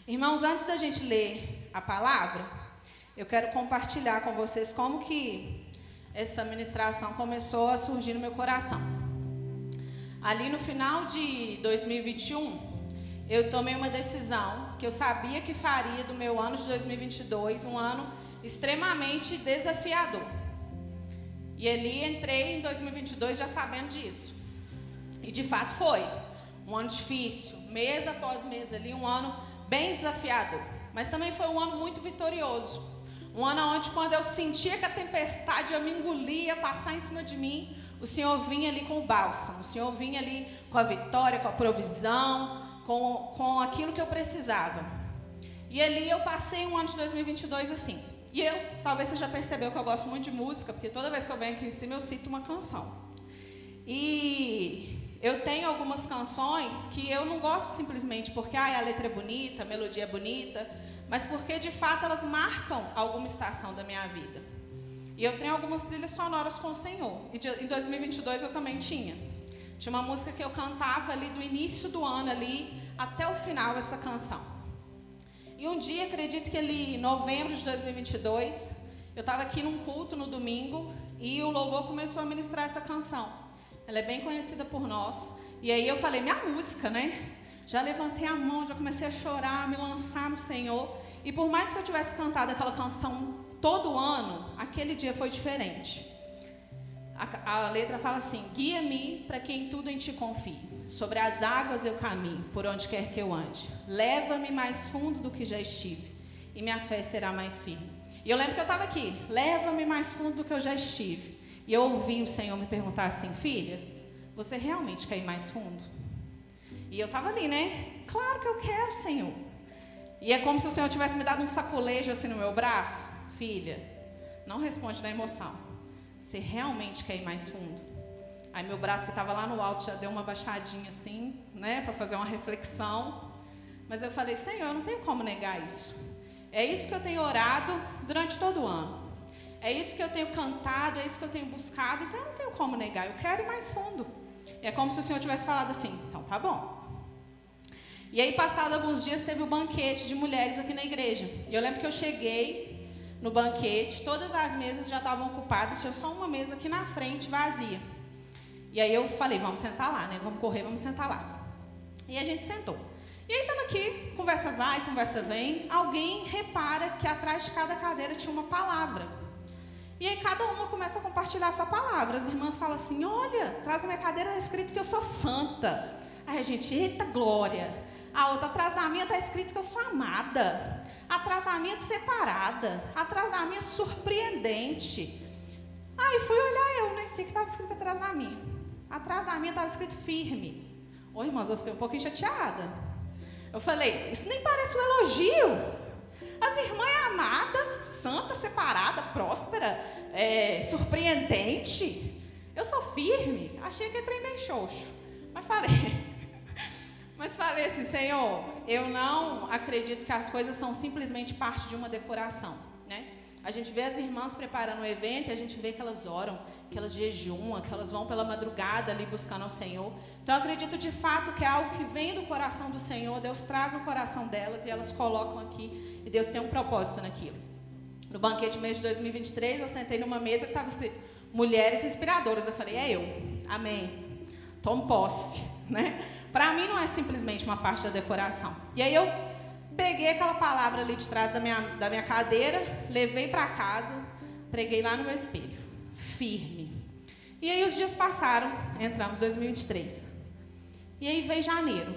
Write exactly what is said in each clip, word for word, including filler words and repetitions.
Irmãos, antes da gente ler a palavra, eu quero compartilhar com vocês como que essa ministração começou a surgir no meu coração. Ali no final de dois mil e vinte e um, eu tomei uma decisão que eu sabia que faria do meu ano de dois mil e vinte e dois um ano extremamente desafiador. E ali entrei em dois mil e vinte e dois já sabendo disso. E de fato foi um ano difícil, mês após mês ali, um ano bem desafiador. Mas também foi um ano muito vitorioso. Um ano onde, quando eu sentia que a tempestade ia me engolir, ia passar em cima de mim, o Senhor vinha ali com o bálsamo. O Senhor vinha ali com a vitória, com a provisão, com, com aquilo que eu precisava. E ali eu passei um ano de dois mil e vinte e dois assim. E eu, talvez você já percebeu que eu gosto muito de música, porque toda vez que eu venho aqui em cima eu cito uma canção. E eu tenho algumas canções que eu não gosto simplesmente porque ah, a letra é bonita, a melodia é bonita, mas porque de fato elas marcam alguma estação da minha vida. E eu tenho algumas trilhas sonoras com o Senhor. E de, em dois mil e vinte e dois eu também tinha. Tinha uma música que eu cantava ali do início do ano ali até o final, essa canção. E um dia, acredito que ali em novembro de dois mil e vinte e dois, eu estava aqui num culto no domingo e o louvor começou a ministrar essa canção. Ela é bem conhecida por nós. E aí eu falei, minha música, né? Já levantei a mão, já comecei a chorar, me lançar no Senhor. E por mais que eu tivesse cantado aquela canção todo ano, aquele dia foi diferente. A, a letra fala assim, guia-me para quem tudo em ti confie. Sobre as águas eu caminho, por onde quer que eu ande. Leva-me mais fundo do que já estive, e minha fé será mais firme. E eu lembro que eu estava aqui, leva-me mais fundo do que eu já estive. E eu ouvi o Senhor me perguntar assim, filha, você realmente quer ir mais fundo? E eu estava ali, né? Claro que eu quero, Senhor. E é como se o Senhor tivesse me dado um sacolejo assim no meu braço. Filha, não responde na emoção. Você realmente quer ir mais fundo? Aí meu braço que estava lá no alto já deu uma baixadinha assim, né? Para fazer uma reflexão. Mas eu falei, Senhor, eu não tenho como negar isso. É isso que eu tenho orado durante todo o ano. É isso que eu tenho cantado, é isso que eu tenho buscado. Então eu não tenho como negar, eu quero ir mais fundo. E é como se o Senhor tivesse falado assim, então tá bom. E aí, passado alguns dias, teve o banquete de mulheres aqui na igreja. E eu lembro que eu cheguei no banquete, todas as mesas já estavam ocupadas, tinha só uma mesa aqui na frente, vazia. E aí eu falei, vamos sentar lá, né? Vamos correr, vamos sentar lá. E a gente sentou. E aí estamos aqui, conversa vai, conversa vem. Alguém repara que atrás de cada cadeira tinha uma palavra. E aí cada uma começa a compartilhar a sua palavra. As irmãs falam assim, olha, atrás da minha cadeira está escrito que eu sou santa. Aí a gente, eita glória. A outra, atrás da minha está escrito que eu sou amada. Atrás da minha, separada. Atrás da minha, surpreendente. Aí fui olhar eu, né? O que estava escrito atrás da minha? Atrás da minha estava escrito firme. Ô, irmãs, eu fiquei um pouquinho chateada. Eu falei, isso nem parece um elogio. As irmãs é amada, santa, separada, próspera, é, surpreendente. Eu sou firme. Achei que entrei meio xoxo. Mas falei... Mas falei assim, Senhor, eu não acredito que as coisas são simplesmente parte de uma decoração, né? A gente vê as irmãs preparando o evento e a gente vê que elas oram, que elas jejuam, que elas vão pela madrugada ali buscando ao Senhor. Então eu acredito de fato que é algo que vem do coração do Senhor, Deus traz no coração delas e elas colocam aqui e Deus tem um propósito naquilo. No banquete mês de dois mil e vinte e três eu sentei numa mesa que estava escrito Mulheres Inspiradoras. Eu falei, é eu, amém, tomo posse, né? Para mim não é simplesmente uma parte da decoração. E aí eu peguei aquela palavra ali de trás da minha, da minha cadeira, levei para casa, preguei lá no meu espelho, firme. E aí os dias passaram, entramos em dois mil e vinte e três. E aí veio janeiro,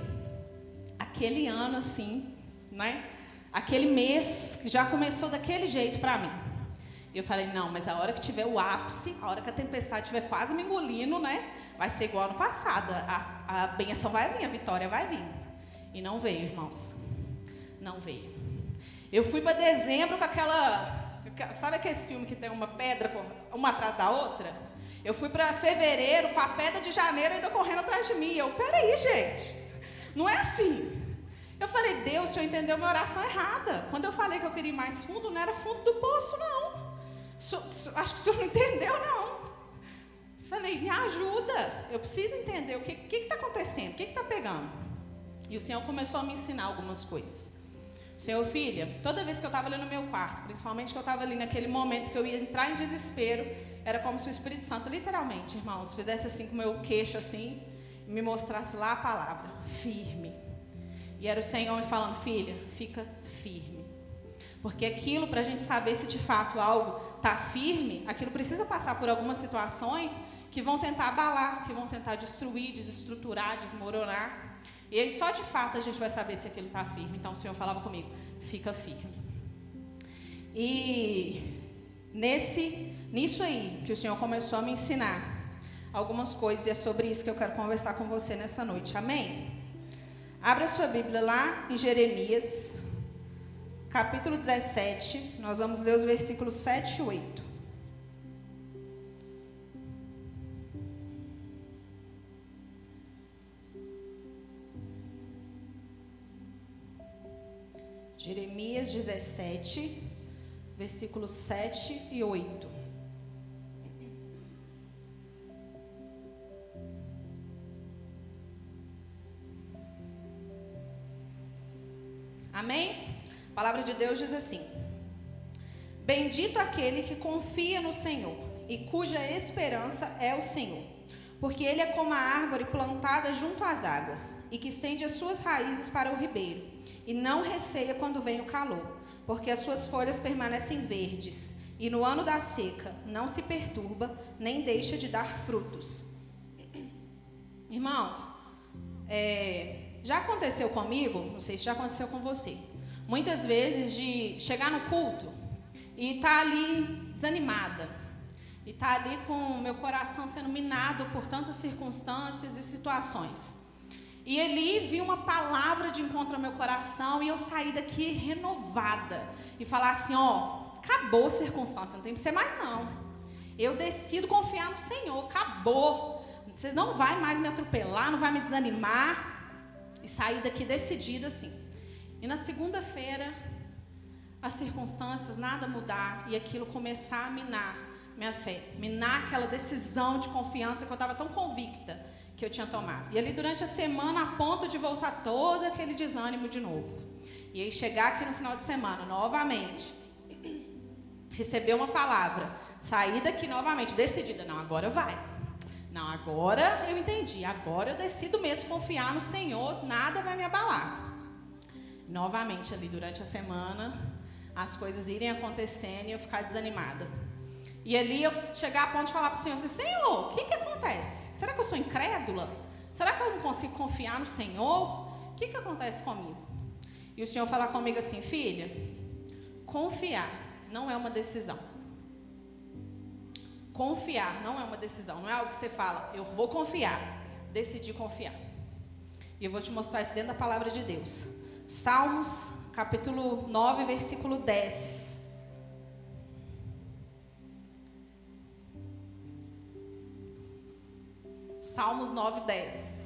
aquele ano assim, né? Aquele mês que já começou daquele jeito para mim. E eu falei, não, mas a hora que tiver o ápice, a hora que a tempestade estiver quase me engolindo, né? Vai ser igual ano passado, a, a bênção vai vir, a vitória vai vir. E não veio, irmãos. Não veio. Eu fui para dezembro com aquela... Sabe aquele filme que tem uma pedra uma atrás da outra? Eu fui para fevereiro com a pedra de janeiro ainda correndo atrás de mim. Eu, peraí, gente. Não é assim. Eu falei, Deus, o Senhor entendeu minha oração errada. Quando eu falei que eu queria ir mais fundo, não era fundo do poço, não. Acho que o Senhor não entendeu, não. Falei, me ajuda, eu preciso entender o que está acontecendo, o que está pegando. E o Senhor começou a me ensinar algumas coisas. Senhor, filha, toda vez que eu estava ali no meu quarto, principalmente que eu estava ali naquele momento que eu ia entrar em desespero, era como se o Espírito Santo, literalmente, irmãos, fizesse assim com o meu queixo assim, e me mostrasse lá a palavra, firme. E era o Senhor me falando, filha, fica firme. Porque aquilo, para a gente saber se de fato algo está firme, aquilo precisa passar por algumas situações que vão tentar abalar, que vão tentar destruir, desestruturar, desmoronar. E aí só de fato a gente vai saber se aquilo está firme. Então o Senhor falava comigo, fica firme. E nesse, nisso aí que o Senhor começou a me ensinar algumas coisas, e é sobre isso que eu quero conversar com você nessa noite, amém? Abra sua Bíblia lá em Jeremias, capítulo dezessete, nós vamos ler os versículos sete e oito. Jeremias dezessete, versículos sete e oito. Amém? A palavra de Deus diz assim: bendito aquele que confia no Senhor e cuja esperança é o Senhor, porque ele é como a árvore plantada junto às águas e que estende as suas raízes para o ribeiro e não receia quando vem o calor, porque as suas folhas permanecem verdes e no ano da seca não se perturba nem deixa de dar frutos. Irmãos, é, já aconteceu comigo, não sei se já aconteceu com você, muitas vezes de chegar no culto e estar tá ali desanimada, e estar tá ali com o meu coração sendo minado por tantas circunstâncias e situações. E ali vi uma palavra de encontro ao meu coração e eu saí daqui renovada e falar assim, ó, acabou a circunstância, não tem que ser mais não. Eu decido confiar no Senhor, acabou. Você não vai mais me atropelar, não vai me desanimar. E saí daqui decidida assim. E na segunda-feira, as circunstâncias, nada mudar e aquilo começar a minar minha fé, minar aquela decisão de confiança que eu estava tão convicta que eu tinha tomado. E ali durante a semana, a ponto de voltar todo aquele desânimo de novo. E aí chegar aqui no final de semana, novamente, receber uma palavra, sair daqui novamente, decidida, não, agora vai. Não, agora eu entendi, agora eu decido mesmo confiar no Senhor, nada vai me abalar. Novamente ali durante a semana, as coisas irem acontecendo e eu ficar desanimada. E ali eu chegar a ponto de falar para o Senhor assim, Senhor, o que que acontece? Será que eu sou incrédula? Será que eu não consigo confiar no Senhor? O que que acontece comigo? E o Senhor falar comigo assim, filha, confiar não é uma decisão. Confiar não é uma decisão, não é algo que você fala, eu vou confiar, decidi confiar. E eu vou te mostrar isso dentro da palavra de Deus. Salmos, capítulo nove, versículo dez. Salmos nove, dez.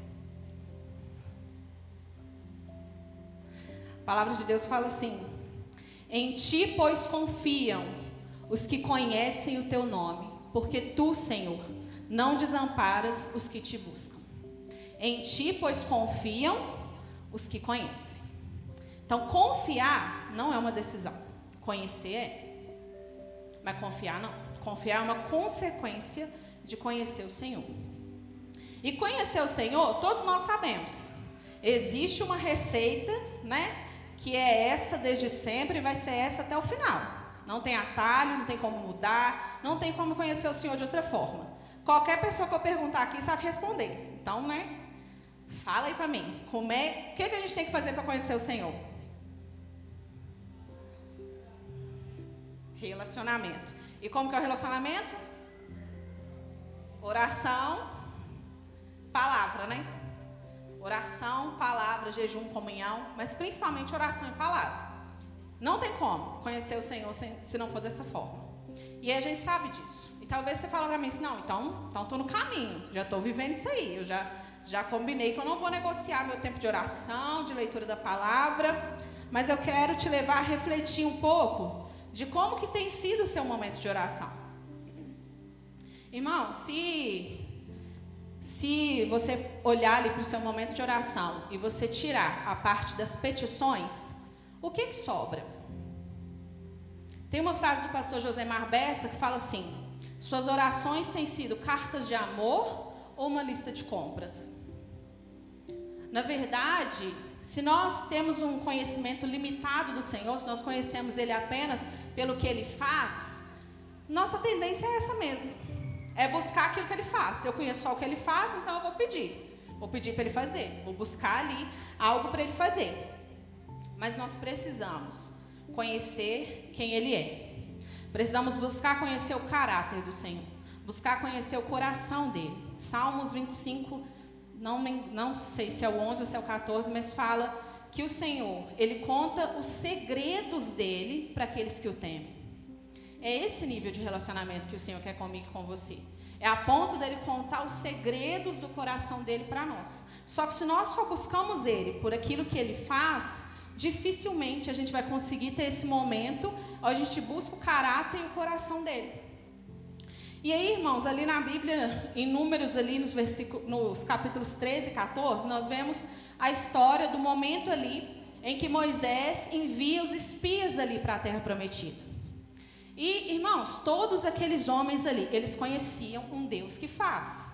A palavra de Deus fala assim, em ti, pois, confiam os que conhecem o teu nome, porque tu, Senhor, não desamparas os que te buscam. Em ti, pois, confiam os que conhecem. Então, confiar não é uma decisão. Conhecer é. Mas confiar não. Confiar é uma consequência de conhecer o Senhor. E conhecer o Senhor, todos nós sabemos. Existe uma receita, né? Que é essa desde sempre e vai ser essa até o final. Não tem atalho, não tem como mudar, não tem como conhecer o Senhor de outra forma. Qualquer pessoa que eu perguntar aqui sabe responder. Então, né? Fala aí pra mim. Como é, o que, que a gente tem que fazer para conhecer o Senhor? Relacionamento. E como que é o relacionamento? Oração, palavra, né? Oração, palavra, jejum, comunhão, mas principalmente oração e palavra. Não tem como conhecer o Senhor sem, se não for dessa forma. E a gente sabe disso. E talvez você fale para mim assim, não, então então estou no caminho, já estou vivendo isso aí. Eu já, já combinei que eu não vou negociar meu tempo de oração, de leitura da palavra, mas eu quero te levar a refletir um pouco de como que tem sido o seu momento de oração. Irmão, se, se você olhar ali para o seu momento de oração e você tirar a parte das petições, o que que sobra? Tem uma frase do pastor Josemar Bessa que fala assim: suas orações têm sido cartas de amor ou uma lista de compras? Na verdade, se nós temos um conhecimento limitado do Senhor, se nós conhecemos Ele apenas pelo que Ele faz, nossa tendência é essa mesmo. É buscar aquilo que Ele faz. Eu conheço só o que Ele faz, então eu vou pedir. Vou pedir para Ele fazer. Vou buscar ali algo para Ele fazer. Mas nós precisamos conhecer quem Ele é. Precisamos buscar conhecer o caráter do Senhor. Buscar conhecer o coração dEle. Salmos vinte e cinco, não, não sei se é o onze ou se é o quatorze, mas fala que o Senhor, Ele conta os segredos dEle para aqueles que o temem. É esse nível de relacionamento que o Senhor quer comigo e com você. É a ponto dele contar os segredos do coração dele para nós. Só que se nós só buscamos ele por aquilo que ele faz, dificilmente a gente vai conseguir ter esse momento onde a gente busca o caráter e o coração dele. E aí, irmãos, ali na Bíblia, em Números, ali nos, versículos, nos capítulos treze e quatorze, nós vemos a história do momento ali em que Moisés envia os espias ali para a Terra Prometida. E, irmãos, todos aqueles homens ali, eles conheciam um Deus que faz.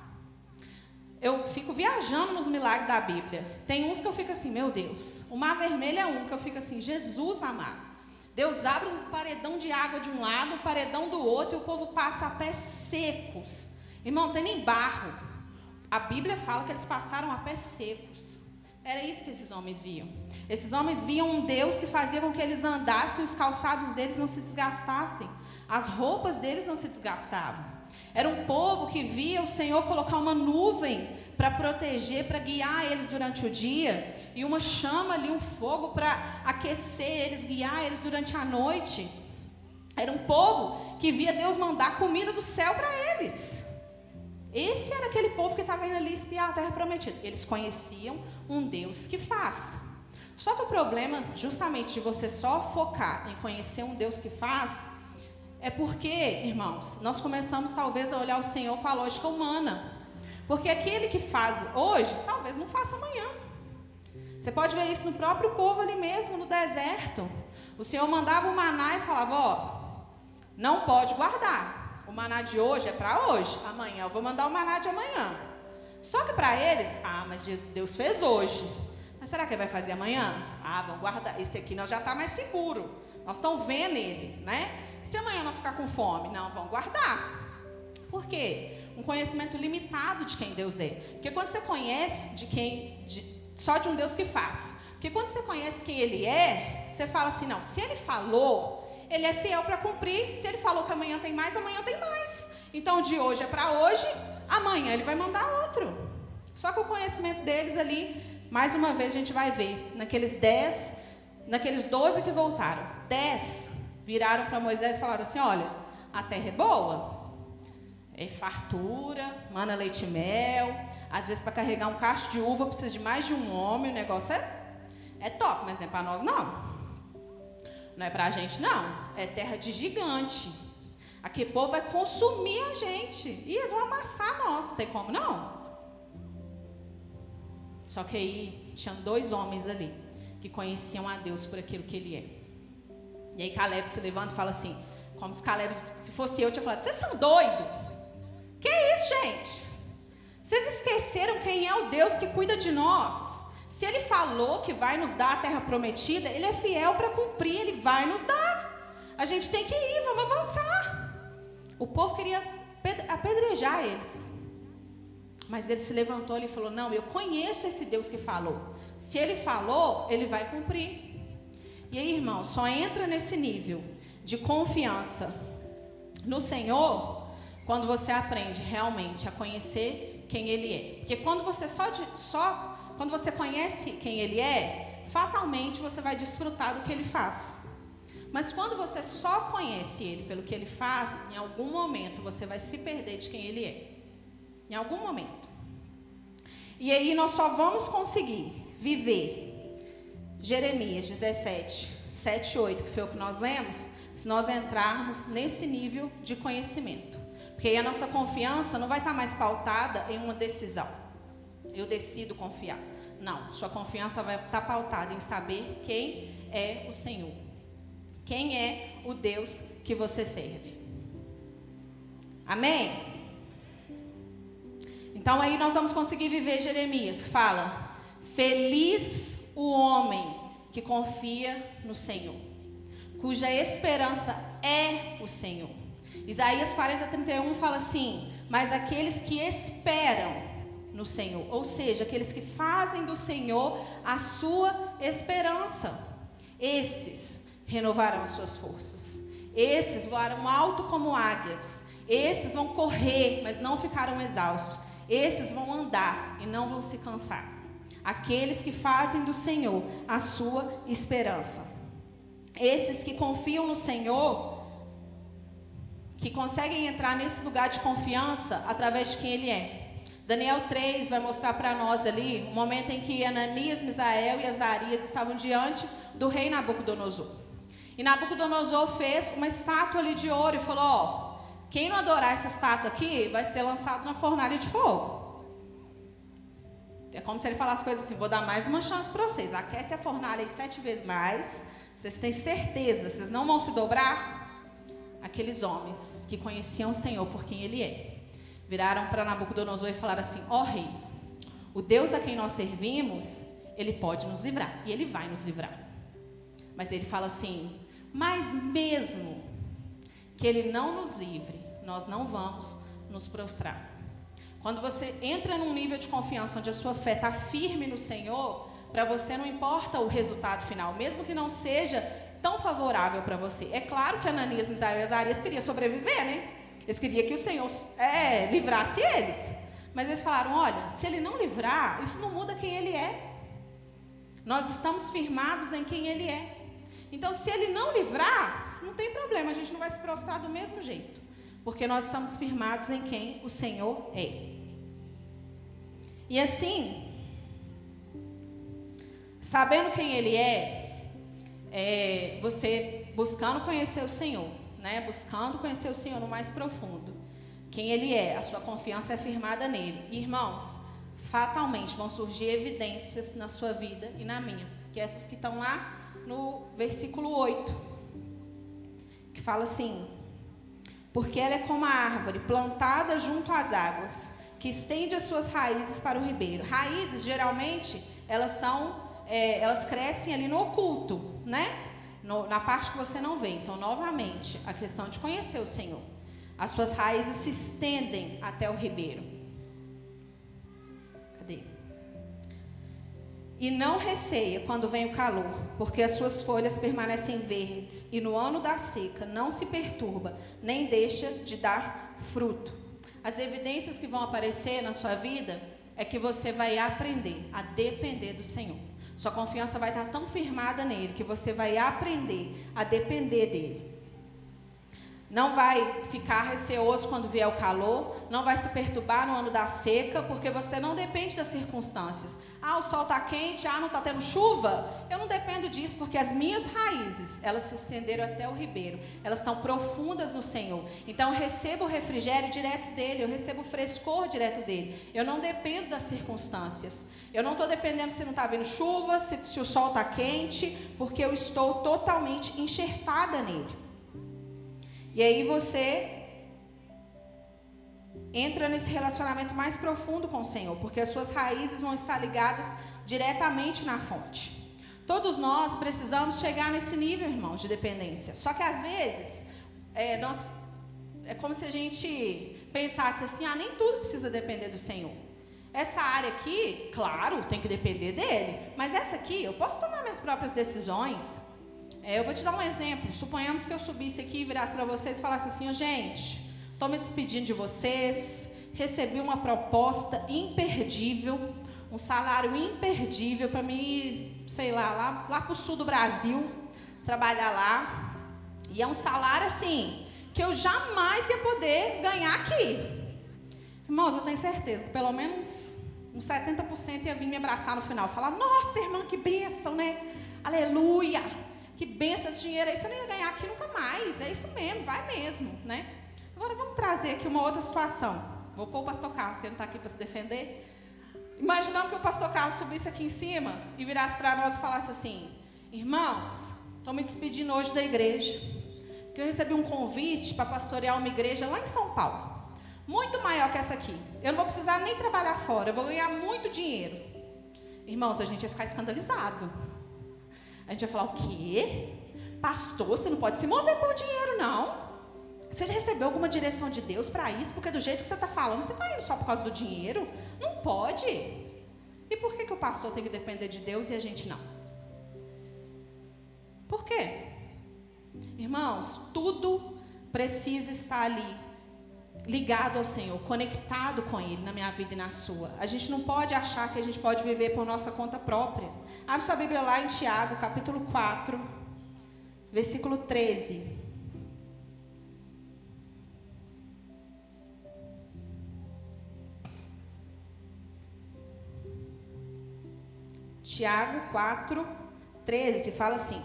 Eu fico viajando nos milagres da Bíblia. Tem uns que eu fico assim, meu Deus. O Mar Vermelho é um que eu fico assim, Jesus amado. Deus abre um paredão de água de um lado, um paredão do outro, e o povo passa a pés secos. Irmão, não tem nem barro. A Bíblia fala que eles passaram a pés secos. Era isso que esses homens viam. Esses homens viam um Deus que fazia com que eles andassem e os calçados deles não se desgastassem. As roupas deles não se desgastavam. Era um povo que via o Senhor colocar uma nuvem para proteger, para guiar eles durante o dia, e uma chama ali, um fogo para aquecer eles, guiar eles durante a noite. Era um povo que via Deus mandar comida do céu para eles. Esse era aquele povo que estava indo ali espiar a Terra Prometida. Eles conheciam um Deus que faz. Só que o problema, justamente, de você só focar em conhecer um Deus que faz, é porque, irmãos, nós começamos talvez a olhar o Senhor com a lógica humana. Porque aquele que faz hoje, talvez não faça amanhã. Você pode ver isso no próprio povo ali mesmo, no deserto. O Senhor mandava o maná e falava, ó, não pode guardar. O maná de hoje é para hoje, amanhã eu vou mandar o maná de amanhã. Só que para eles, ah, mas Deus fez hoje. Mas será que Ele vai fazer amanhã? Ah, vamos guardar, esse aqui nós já está mais seguro. Nós estamos vendo ele, né? Se amanhã nós ficar com fome, não, vamos guardar. Por quê? Um conhecimento limitado de quem Deus é. Porque quando você conhece de quem, de, só de um Deus que faz. Porque quando você conhece quem Ele é, você fala assim, não, se Ele falou, Ele é fiel para cumprir. Se Ele falou que amanhã tem mais, amanhã tem mais. Então, de hoje é para hoje, amanhã Ele vai mandar outro. Só que o conhecimento deles ali, mais uma vez a gente vai ver, naqueles dez, naqueles doze que voltaram, dez viraram para Moisés e falaram assim, olha, a terra é boa, é fartura, mana, leite e mel, às vezes para carregar um cacho de uva precisa de mais de um homem, o negócio é, é top, mas não é para nós não. Não é para a gente não, é terra de gigante. Aquele povo vai consumir a gente e eles vão amassar nós, não tem como não. Só que aí tinham dois homens ali que conheciam a Deus por aquilo que Ele é. E aí Caleb se levanta e fala assim, como se Caleb, se fosse eu, eu tinha falado, vocês são doidos? Que isso, gente? Vocês esqueceram quem é o Deus que cuida de nós? Se Ele falou que vai nos dar a terra prometida, Ele é fiel para cumprir, Ele vai nos dar. A gente tem que ir, vamos avançar. O povo queria apedrejar eles. Mas ele se levantou e falou, não, eu conheço esse Deus que falou. Se Ele falou, Ele vai cumprir. E aí, irmão, só entra nesse nível de confiança no Senhor quando você aprende realmente a conhecer quem Ele é. Porque quando você só, de, só quando você conhece quem Ele é, fatalmente você vai desfrutar do que Ele faz. Mas quando você só conhece Ele pelo que Ele faz, em algum momento você vai se perder de quem Ele é. Em algum momento. E aí nós só vamos conseguir viver Jeremias dezessete, sete e oito, que foi o que nós lemos, se nós entrarmos nesse nível de conhecimento. Porque aí a nossa confiança não vai estar mais pautada em uma decisão. Eu decido confiar. Não, sua confiança vai estar pautada em saber quem é o Senhor? Quem é o Deus que você serve? Amém? Então aí nós vamos conseguir viver Jeremias. Fala, feliz o homem que confia no Senhor, cuja esperança é o Senhor. Isaías quarenta, trinta e um fala assim, mas aqueles que esperam no Senhor, ou seja, aqueles que fazem do Senhor a sua esperança, esses renovarão as suas forças, esses voarão alto como águias, esses vão correr, mas não ficarão exaustos, esses vão andar e não vão se cansar, aqueles que fazem do Senhor a sua esperança, esses que confiam no Senhor, que conseguem entrar nesse lugar de confiança através de quem Ele é. Daniel três vai mostrar para nós ali o momento em que Ananias, Misael e Azarias estavam diante do rei Nabucodonosor. E Nabucodonosor fez uma estátua ali de ouro e falou, ó, quem não adorar essa estátua aqui vai ser lançado na fornalha de fogo. É como se ele falasse coisas assim, vou dar mais uma chance para vocês, aquece a fornalha aí sete vezes mais, vocês têm certeza, vocês não vão se dobrar? Aqueles homens que conheciam o Senhor por quem Ele é, viraram para Nabucodonosor e falaram assim, ó rei, o Deus a quem nós servimos, Ele pode nos livrar, e Ele vai nos livrar. Mas ele fala assim, mas mesmo que Ele não nos livre, nós não vamos nos prostrar. Quando você entra num nível de confiança onde a sua fé está firme no Senhor, para você não importa o resultado final, mesmo que não seja tão favorável para você. É claro que Ananias, Misael e Azarias queriam sobreviver, né? Eles queriam que o Senhor é, livrasse eles. Mas eles falaram, olha, se Ele não livrar, isso não muda quem Ele é. Nós estamos firmados em quem Ele é. Então, se Ele não livrar, não tem problema, a gente não vai se prostrar do mesmo jeito. Porque nós estamos firmados em quem o Senhor é. E assim, sabendo quem Ele é, É, você buscando conhecer o Senhor, né? Buscando conhecer o Senhor no mais profundo, quem Ele é, a sua confiança é firmada nele. E, irmãos, fatalmente vão surgir evidências na sua vida e na minha, que é essas que estão lá no versículo oito, que fala assim, porque ela é como a árvore plantada junto às águas, que estende as suas raízes para o ribeiro. Raízes, geralmente, elas são É, elas crescem ali no oculto, né? No, na parte que você não vê. Então, novamente, a questão de conhecer o Senhor. As suas raízes se estendem até o ribeiro. Cadê? E não receia quando vem o calor, porque as suas folhas permanecem verdes, e no ano da seca não se perturba, nem deixa de dar fruto. As evidências que vão aparecer na sua vida é que você vai aprender a depender do Senhor. Sua confiança vai estar tão firmada nele que você vai aprender a depender dele. Não vai ficar receoso quando vier o calor, não vai se perturbar no ano da seca, porque você não depende das circunstâncias. Ah, o sol está quente, ah, não está tendo chuva. Eu não dependo disso, porque as minhas raízes, elas se estenderam até o ribeiro. Elas estão profundas no Senhor. Então, eu recebo o refrigério direto dele, eu recebo o frescor direto dele. Eu não dependo das circunstâncias. Eu não estou dependendo se não está vindo chuva, se, se o sol está quente, porque eu estou totalmente enxertada nele. E aí você entra nesse relacionamento mais profundo com o Senhor, porque as suas raízes vão estar ligadas diretamente na fonte. Todos nós precisamos chegar nesse nível, irmãos, de dependência. Só que às vezes, é, nós, é como se a gente pensasse assim, ah, nem tudo precisa depender do Senhor. Essa área aqui, claro, tem que depender dele, mas essa aqui, eu posso tomar minhas próprias decisões. É, eu vou te dar um exemplo. Suponhamos que eu subisse aqui e virasse para vocês e falasse assim, oh, gente, estou me despedindo de vocês, recebi uma proposta imperdível, um salário imperdível para mim, sei lá, lá, lá para o sul do Brasil, trabalhar lá. E é um salário assim, que eu jamais ia poder ganhar aqui. Irmãos, eu tenho certeza que pelo menos uns setenta por cento ia vir me abraçar no final, falar, nossa, irmã, que bênção, né? Aleluia! Que benção esse dinheiro aí, você não ia ganhar aqui nunca mais, é isso mesmo, vai mesmo, né? Agora vamos trazer aqui uma outra situação. Vou pôr o pastor Carlos, que ele não está aqui para se defender. Imaginando que o pastor Carlos subisse aqui em cima e virasse para nós e falasse assim, Irmãos, estou me despedindo hoje da igreja, porque eu recebi um convite para pastorear uma igreja lá em São Paulo, muito maior que essa aqui. Eu não vou precisar nem trabalhar fora, eu vou ganhar muito dinheiro. Irmãos, a gente ia ficar escandalizado. A gente ia falar, o quê? Pastor, você não pode se mover por dinheiro, não. Você já recebeu alguma direção de Deus para isso? Porque do jeito que você está falando, você está indo só por causa do dinheiro? Não pode. E por que, que o pastor tem que depender de Deus e a gente não? Por quê? Irmãos, tudo precisa estar ali, ligado ao Senhor, conectado com Ele na minha vida e na sua. A gente não pode achar que a gente pode viver por nossa conta própria. Abre sua Bíblia lá em Tiago, capítulo quatro, versículo treze. Tiago quatro, treze, fala assim: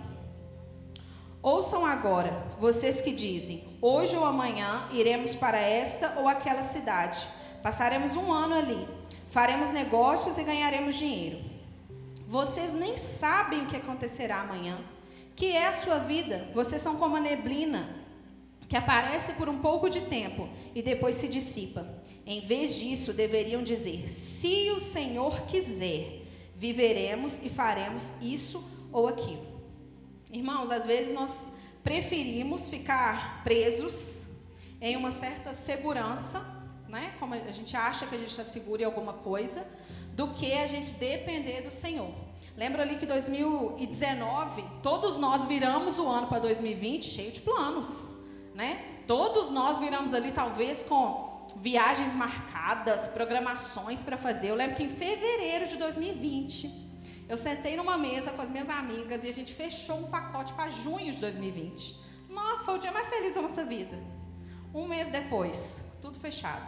ouçam agora, vocês que dizem, hoje ou amanhã iremos para esta ou aquela cidade, passaremos um ano ali, faremos negócios e ganharemos dinheiro. Vocês nem sabem o que acontecerá amanhã, que é a sua vida. Vocês são como a neblina, que aparece por um pouco de tempo e depois se dissipa. Em vez disso, deveriam dizer, se o Senhor quiser, viveremos e faremos isso ou aquilo. Irmãos, às vezes nós preferimos ficar presos em uma certa segurança, né? Como a gente acha que a gente está seguro em alguma coisa, do que a gente depender do Senhor. Lembra ali que dois mil e dezenove, todos nós viramos o ano para dois mil e vinte cheio de planos, né? Todos nós viramos ali talvez com viagens marcadas, programações para fazer. Eu lembro que em fevereiro de dois mil e vinte, eu sentei numa mesa com as minhas amigas e a gente fechou um pacote para junho de dois mil e vinte. Nossa, foi o dia mais feliz da nossa vida. Um mês depois, tudo fechado.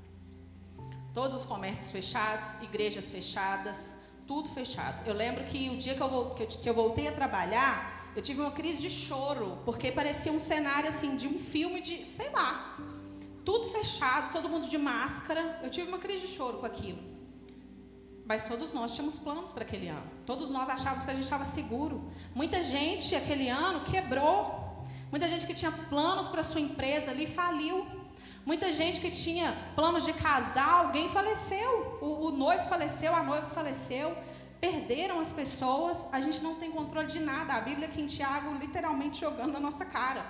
Todos os comércios fechados, igrejas fechadas, tudo fechado. Eu lembro que o dia que eu, voltei, que eu voltei a trabalhar, eu tive uma crise de choro, porque parecia um cenário assim de um filme de, sei lá, tudo fechado, todo mundo de máscara. Eu tive uma crise de choro com aquilo. Mas todos nós tínhamos planos para aquele ano. Todos nós achávamos que a gente estava seguro. Muita gente aquele ano quebrou. Muita gente que tinha planos para sua empresa ali faliu. Muita gente que tinha planos de casar, alguém faleceu. O, o noivo faleceu, a noiva faleceu. Perderam as pessoas. A gente não tem controle de nada. A Bíblia aqui em Tiago literalmente jogando na nossa cara.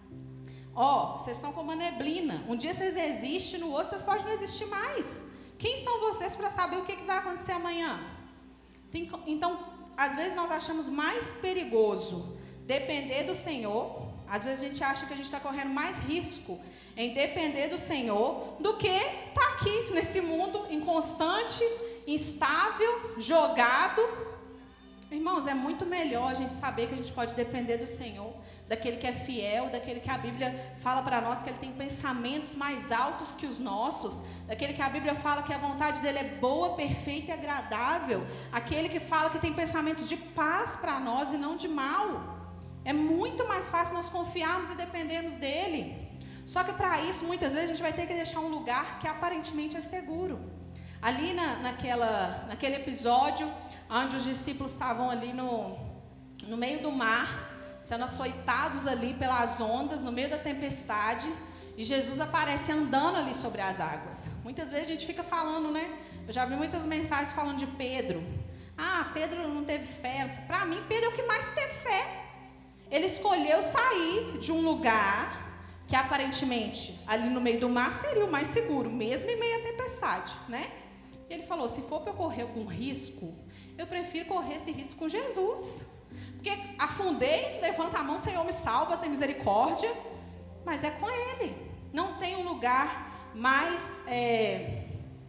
Ó, oh, vocês são como uma neblina. Um dia vocês existem, no outro vocês podem não existir mais. Quem são vocês para saber o que, que vai acontecer amanhã? Tem, então, às vezes nós achamos mais perigoso depender do Senhor. Às vezes a gente acha que a gente está correndo mais risco em depender do Senhor do que estar aqui nesse mundo inconstante, instável, jogado. Irmãos, é muito melhor a gente saber que a gente pode depender do Senhor, daquele que é fiel, daquele que a Bíblia fala para nós que ele tem pensamentos mais altos que os nossos, daquele que a Bíblia fala que a vontade dele é boa, perfeita e agradável, aquele que fala que tem pensamentos de paz para nós e não de mal. É muito mais fácil nós confiarmos e dependermos dele. Só que para isso, muitas vezes, a gente vai ter que deixar um lugar que aparentemente é seguro. Ali na, naquela, naquele episódio, onde os discípulos estavam ali no, no meio do mar, sendo açoitados ali pelas ondas, no meio da tempestade, e Jesus aparece andando ali sobre as águas. Muitas vezes a gente fica falando, né? Eu já vi muitas mensagens falando de Pedro. Ah, Pedro não teve fé. Para mim, Pedro é o que mais teve fé. Ele escolheu sair de um lugar que aparentemente ali no meio do mar seria o mais seguro, mesmo em meio à tempestade, né? E ele falou, se for para eu correr algum risco, eu prefiro correr esse risco com Jesus. Porque afundei, levanta a mão, Senhor me salva, tem misericórdia, mas é com Ele. Não tem um lugar mais, é,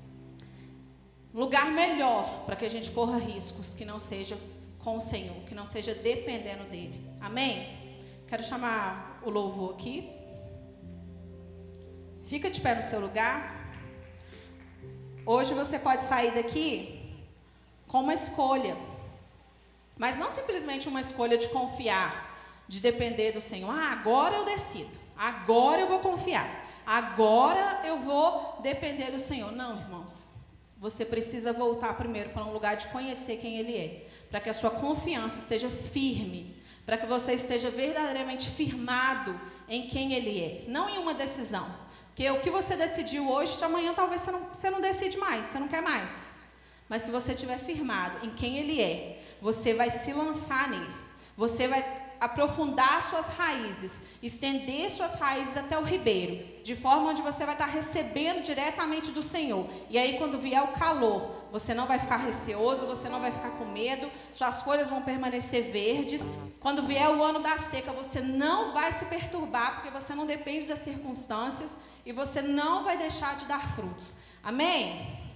lugar melhor para que a gente corra riscos que não seja com o Senhor, que não seja dependendo dEle. Amém? Quero chamar o louvor aqui. Fica de pé no seu lugar. Hoje você pode sair daqui com uma escolha. Mas não simplesmente uma escolha de confiar, de depender do Senhor. Ah, agora eu decido. Agora eu vou confiar. Agora eu vou depender do Senhor. Não, irmãos. Você precisa voltar primeiro para um lugar de conhecer quem Ele é. para que a sua confiança esteja firme, para que você esteja verdadeiramente firmado em quem Ele é, não em uma decisão. Porque o que você decidiu hoje, amanhã talvez você não, você não decide mais, você não quer mais. Mas se você estiver firmado em quem Ele é, você vai se lançar nele, você vai aprofundar suas raízes, estender suas raízes até o ribeiro, de forma onde você vai estar recebendo diretamente do Senhor. E aí quando vier o calor, você não vai ficar receoso, você não vai ficar com medo, suas folhas vão permanecer verdes. Quando vier o ano da seca, você não vai se perturbar, porque você não depende das circunstâncias e você não vai deixar de dar frutos. Amém?